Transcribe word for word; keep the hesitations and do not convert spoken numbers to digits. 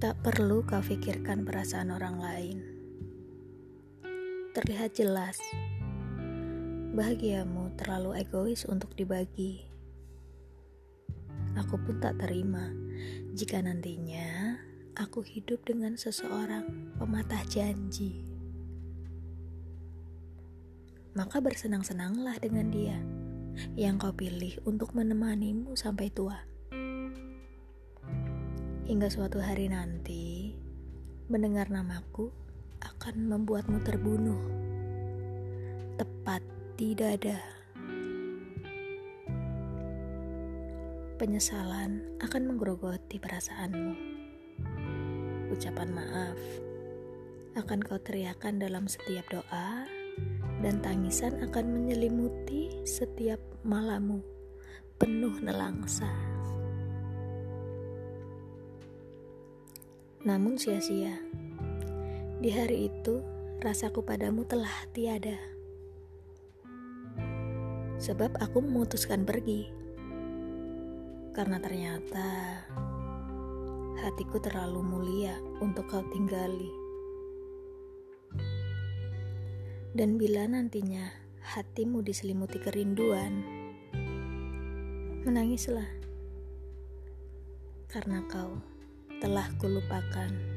Tak perlu kau pikirkan perasaan orang lain. Terlihat jelas, bahagiamu terlalu egois untuk dibagi. Aku pun tak terima jika nantinya aku hidup dengan seseorang pematah janji. Maka bersenang-senanglah dengan dia yang kau pilih untuk menemanimu sampai tua. Hingga suatu hari nanti, mendengar namaku akan membuatmu terbunuh, tepat di dada. Penyesalan akan menggerogoti perasaanmu. Ucapan maaf akan kau teriakan dalam setiap doa, dan tangisan akan menyelimuti setiap malammu penuh nelangsa. Namun sia-sia, di hari itu rasaku padamu telah tiada. Sebab aku memutuskan pergi, karena ternyata hatiku terlalu mulia untuk kau tinggali. Dan bila nantinya hatimu diselimuti kerinduan, menangislah, karena kau telah kulupakan.